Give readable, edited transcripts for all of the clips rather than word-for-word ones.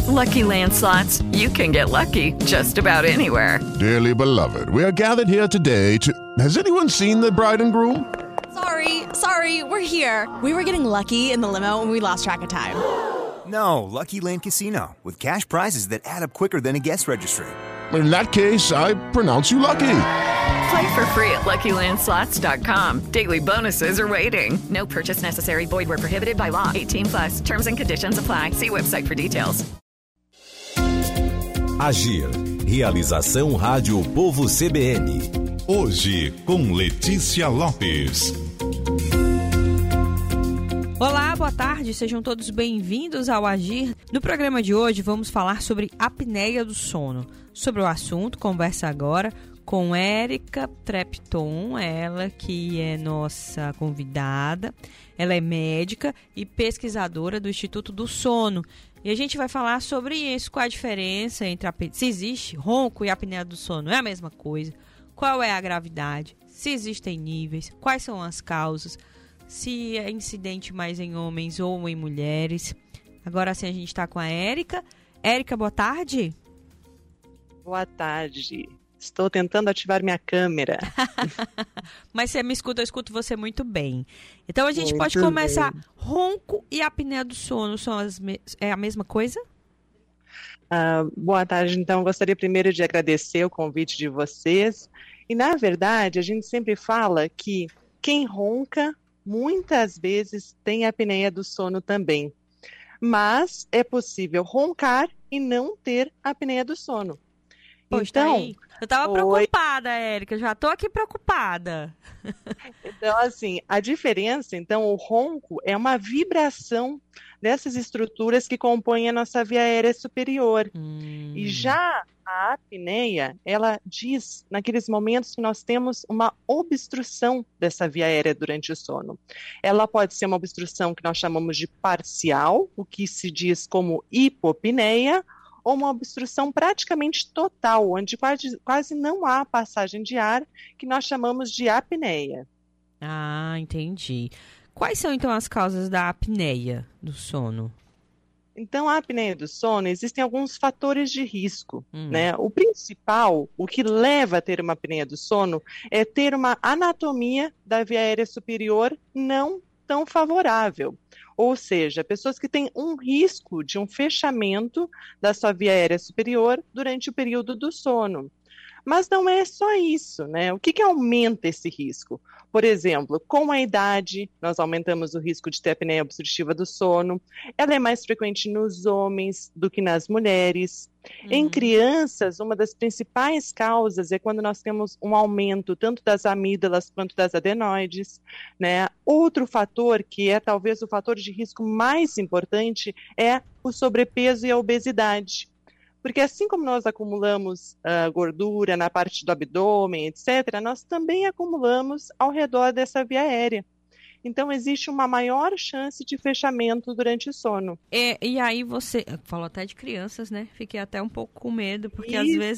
Lucky Land Slots, you can get lucky just about anywhere. Dearly beloved, we are gathered here today to... Has anyone seen the bride and groom? Sorry, we're here. We were getting lucky in the limo and we lost track of time. No, Lucky Land Casino, with cash prizes that add up quicker than a guest registry. In that case, I pronounce you lucky. Play for free at LuckyLandSlots.com. Daily bonuses are waiting. No purchase necessary. Void where prohibited by law. 18+. Terms and conditions apply. See website for details. Agir. Realização Rádio Povo CBN. Hoje, com Letícia Lopes. Olá, boa tarde, sejam todos bem-vindos ao Agir. No programa de hoje vamos falar sobre apneia do sono. Sobre o assunto, conversa agora com Érica Trepton, ela que é nossa convidada. Ela é médica e pesquisadora do Instituto do Sono. E a gente vai falar sobre isso, qual a diferença entre se existe ronco e apneia do sono. É a mesma coisa? Qual é a gravidade? Se existem níveis? Quais são as causas? Se é incidente mais em homens ou em mulheres. Agora sim a gente está com a Érica. Érica, boa tarde. Boa tarde. Estou tentando ativar minha câmera. Mas você me escuta, eu escuto você muito bem. Então a gente muito pode começar. Bem. Ronco e apneia do sono é a mesma coisa? Boa tarde. Então, gostaria primeiro de agradecer o convite de vocês. E, na verdade, a gente sempre fala que quem ronca muitas vezes tem apneia do sono também. Mas é possível roncar e não ter apneia do sono. Poxa, então, aí. Eu estava preocupada, Érica, eu já estou aqui preocupada. Então, assim, a diferença, então, o ronco é uma vibração dessas estruturas que compõem a nossa via aérea superior. E já a apneia, ela diz naqueles momentos que nós temos uma obstrução dessa via aérea durante o sono. Ela pode ser uma obstrução que nós chamamos de parcial, o que se diz como hipopneia, ou uma obstrução praticamente total, onde quase não há passagem de ar, que nós chamamos de apneia. Ah, entendi. Quais são, então, as causas da apneia do sono? Então, a apneia do sono, existem alguns fatores de risco, né? O principal, o que leva a ter uma apneia do sono, é ter uma anatomia da via aérea superior não tão favorável. Ou seja, pessoas que têm um risco de um fechamento da sua via aérea superior durante o período do sono. Mas não é só isso, né? O que aumenta esse risco? Por exemplo, com a idade, nós aumentamos o risco de ter apneia obstrutiva do sono. Ela é mais frequente nos homens do que nas mulheres. Em crianças, uma das principais causas é quando nós temos um aumento tanto das amígdalas quanto das adenoides, né? Outro fator, que é talvez o fator de risco mais importante, é o sobrepeso e a obesidade. Porque assim como nós acumulamos gordura na parte do abdômen, etc., nós também acumulamos ao redor dessa via aérea. Então, existe uma maior chance de fechamento durante o sono. E aí você falou até de crianças, né? Fiquei até um pouco com medo, porque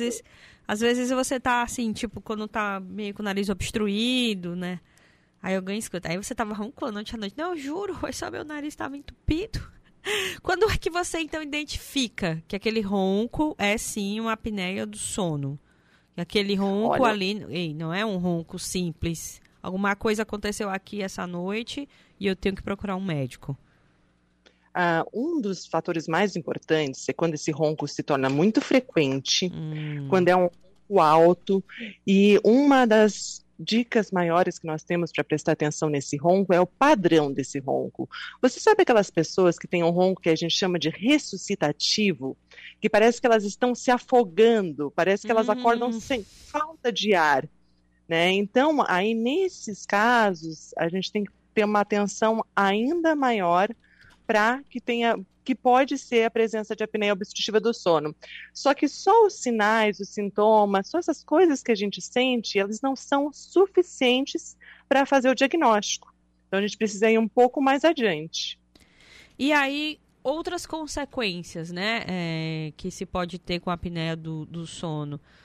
às vezes você tá assim, tipo, quando tá meio com o nariz obstruído, né? Aí alguém escuta, aí você tava roncando ontem à noite. Não, eu juro, foi só meu nariz estava entupido. Quando é que você, então, identifica que aquele ronco é, sim, uma apneia do sono? Que aquele ronco ali não é um ronco simples. Alguma coisa aconteceu aqui essa noite e eu tenho que procurar um médico. Um dos fatores mais importantes é quando esse ronco se torna muito frequente, quando é um ronco alto, e uma das dicas maiores que nós temos para prestar atenção nesse ronco é o padrão desse ronco. Você sabe aquelas pessoas que têm um ronco que a gente chama de ressuscitativo, que parece que elas estão se afogando, parece que elas acordam sem falta de ar, né? Então, aí nesses casos, a gente tem que ter uma atenção ainda maior para que pode ser a presença de apneia obstrutiva do sono. Só que só os sinais, os sintomas, só essas coisas que a gente sente, elas não são suficientes para fazer o diagnóstico. Então a gente precisa ir um pouco mais adiante. E aí, outras consequências, né, que se pode ter com a apneia do sono.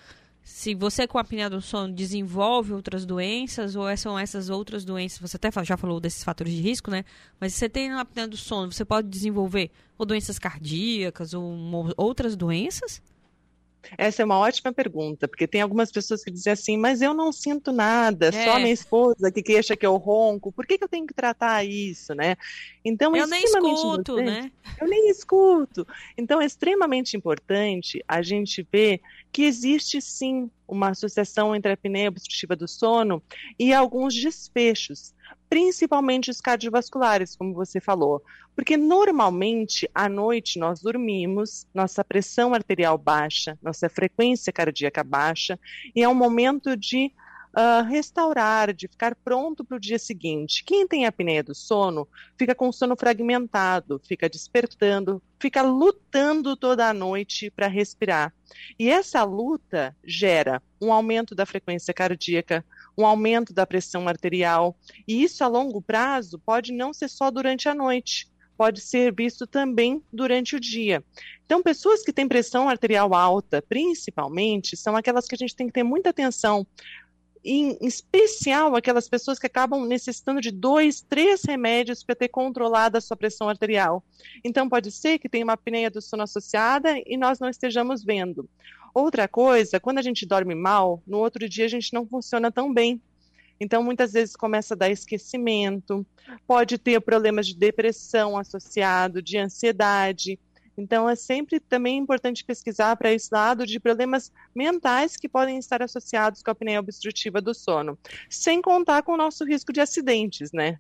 se você com a apneia do sono desenvolve outras doenças, ou são essas outras doenças, você até já falou desses fatores de risco, né? Mas se você tem a apneia do sono, você pode desenvolver ou doenças cardíacas ou outras doenças? Essa é uma ótima pergunta, porque tem algumas pessoas que dizem assim, mas eu não sinto nada, só minha esposa que queixa que eu ronco, por que eu tenho que tratar isso, né? Então, eu nem escuto, né? Eu nem escuto. Então, é extremamente importante a gente ver que existe sim uma associação entre a apneia obstrutiva do sono e alguns desfechos, principalmente os cardiovasculares, como você falou. Porque normalmente, à noite, nós dormimos, nossa pressão arterial baixa, nossa frequência cardíaca baixa, e é um momento de restaurar, de ficar pronto para o dia seguinte. Quem tem apneia do sono fica com o sono fragmentado, fica despertando, fica lutando toda a noite para respirar. E essa luta gera um aumento da frequência cardíaca, um aumento da pressão arterial, e isso a longo prazo pode não ser só durante a noite, pode ser visto também durante o dia. Então, pessoas que têm pressão arterial alta, principalmente, são aquelas que a gente tem que ter muita atenção, em especial aquelas pessoas que acabam necessitando de 2, 3 remédios para ter controlado a sua pressão arterial. Então, pode ser que tenha uma apneia do sono associada e nós não estejamos vendo. Outra coisa, quando a gente dorme mal, no outro dia a gente não funciona tão bem. Então, muitas vezes começa a dar esquecimento, pode ter problemas de depressão associado, de ansiedade. Então, é sempre também importante pesquisar para esse lado de problemas mentais que podem estar associados com a apneia obstrutiva do sono, sem contar com o nosso risco de acidentes, né?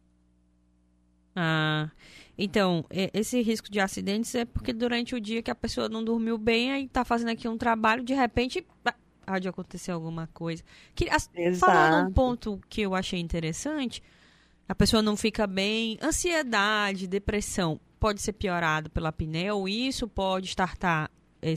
Então, esse risco de acidentes é porque durante o dia que a pessoa não dormiu bem, aí está fazendo aqui um trabalho, de repente pode acontecer alguma coisa. Falando um ponto que eu achei interessante, a pessoa não fica bem, ansiedade, depressão, pode ser piorado pela apneia, ou isso pode startar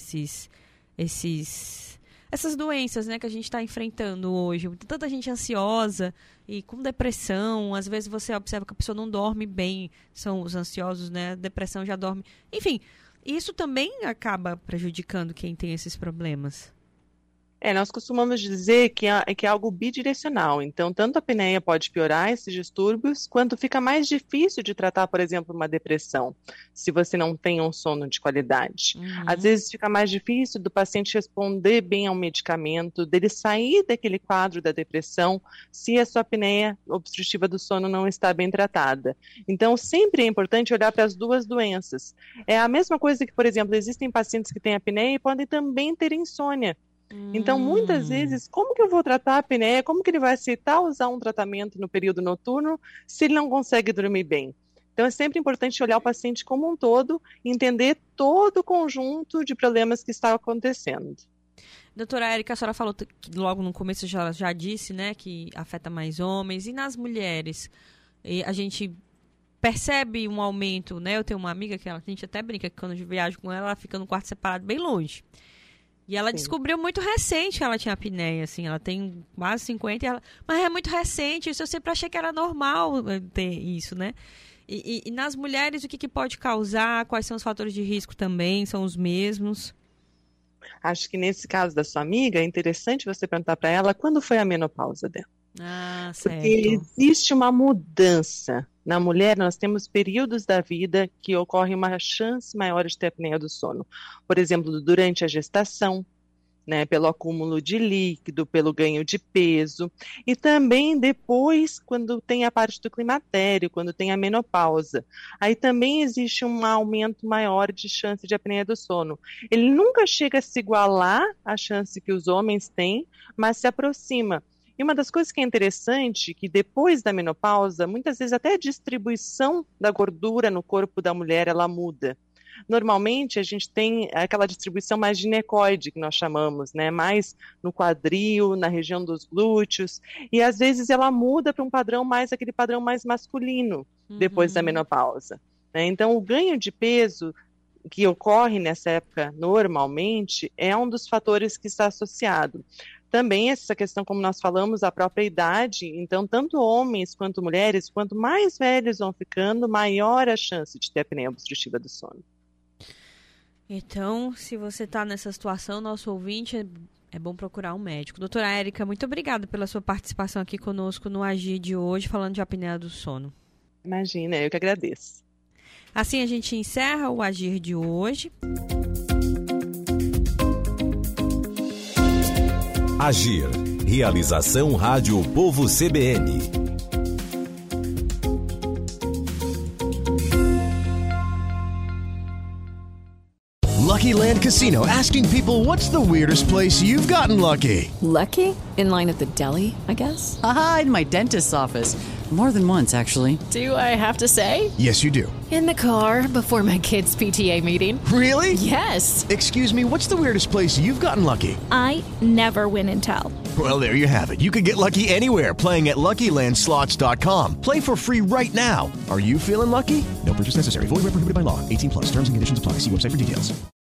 essas doenças, né, que a gente está enfrentando hoje. Tanta gente ansiosa e com depressão, às vezes você observa que a pessoa não dorme bem, são os ansiosos, né, a depressão já dorme. Enfim, isso também acaba prejudicando quem tem esses problemas. Nós costumamos dizer que é algo bidirecional. Então, tanto a apneia pode piorar esses distúrbios, quanto fica mais difícil de tratar, por exemplo, uma depressão, se você não tem um sono de qualidade. Às vezes fica mais difícil do paciente responder bem ao medicamento, dele sair daquele quadro da depressão, se a sua apneia obstrutiva do sono não está bem tratada. Então, sempre é importante olhar para as duas doenças. É a mesma coisa que, por exemplo, existem pacientes que têm apneia e podem também ter insônia. Então, muitas vezes, como que eu vou tratar a apneia? Como que ele vai aceitar usar um tratamento no período noturno se ele não consegue dormir bem? Então, é sempre importante olhar o paciente como um todo e entender todo o conjunto de problemas que está acontecendo. Doutora Érica, a senhora falou que logo no começo já disse, né, que afeta mais homens. E nas mulheres, a gente percebe um aumento, né? Eu tenho uma amiga que a gente até brinca que quando eu viajo com ela fica no quarto separado bem longe. E ela descobriu muito recente que ela tinha apneia, assim, ela tem quase 50, mas é muito recente, isso eu sempre achei que era normal ter isso, né? E nas mulheres, o que pode causar? Quais são os fatores de risco também? São os mesmos? Acho que nesse caso da sua amiga, é interessante você perguntar para ela quando foi a menopausa dela. Certo. Porque existe uma mudança. Na mulher, nós temos períodos da vida que ocorre uma chance maior de ter apneia do sono. Por exemplo, durante a gestação, né, pelo acúmulo de líquido, pelo ganho de peso, e também depois, quando tem a parte do climatério, quando tem a menopausa. Aí também existe um aumento maior de chance de apneia do sono. Ele nunca chega a se igualar à chance que os homens têm, mas se aproxima. E uma das coisas que é interessante, que depois da menopausa, muitas vezes até a distribuição da gordura no corpo da mulher, ela muda. Normalmente, a gente tem aquela distribuição mais ginecoide, que nós chamamos, né? Mais no quadril, na região dos glúteos, e às vezes ela muda para um padrão mais, aquele padrão mais masculino, depois da menopausa, né? Então, o ganho de peso que ocorre nessa época normalmente é um dos fatores que está associado. Também essa questão, como nós falamos, a própria idade, então tanto homens quanto mulheres, quanto mais velhos vão ficando, maior a chance de ter apneia obstrutiva do sono. Então, se você está nessa situação, nosso ouvinte, É bom procurar um médico. Doutora Érica, muito obrigada pela sua participação aqui conosco no Agir de hoje, falando de apneia do sono. Imagina, eu que agradeço. Assim a gente encerra o Agir de hoje. Agir. Realização Rádio Povo CBN. Lucky Land Casino, asking people, what's the weirdest place you've gotten lucky? Lucky? In line at the deli, I guess? Aha, in my dentist's office. More than once, actually. Do I have to say? Yes, you do. In the car before my kids' PTA meeting. Really? Yes. Excuse me, what's the weirdest place you've gotten lucky? I never win and tell. Well, there you have it. You can get lucky anywhere, playing at LuckyLandSlots.com. Play for free right now. Are you feeling lucky? No purchase necessary. Void where prohibited by law. 18+. Terms and conditions apply. See website for details.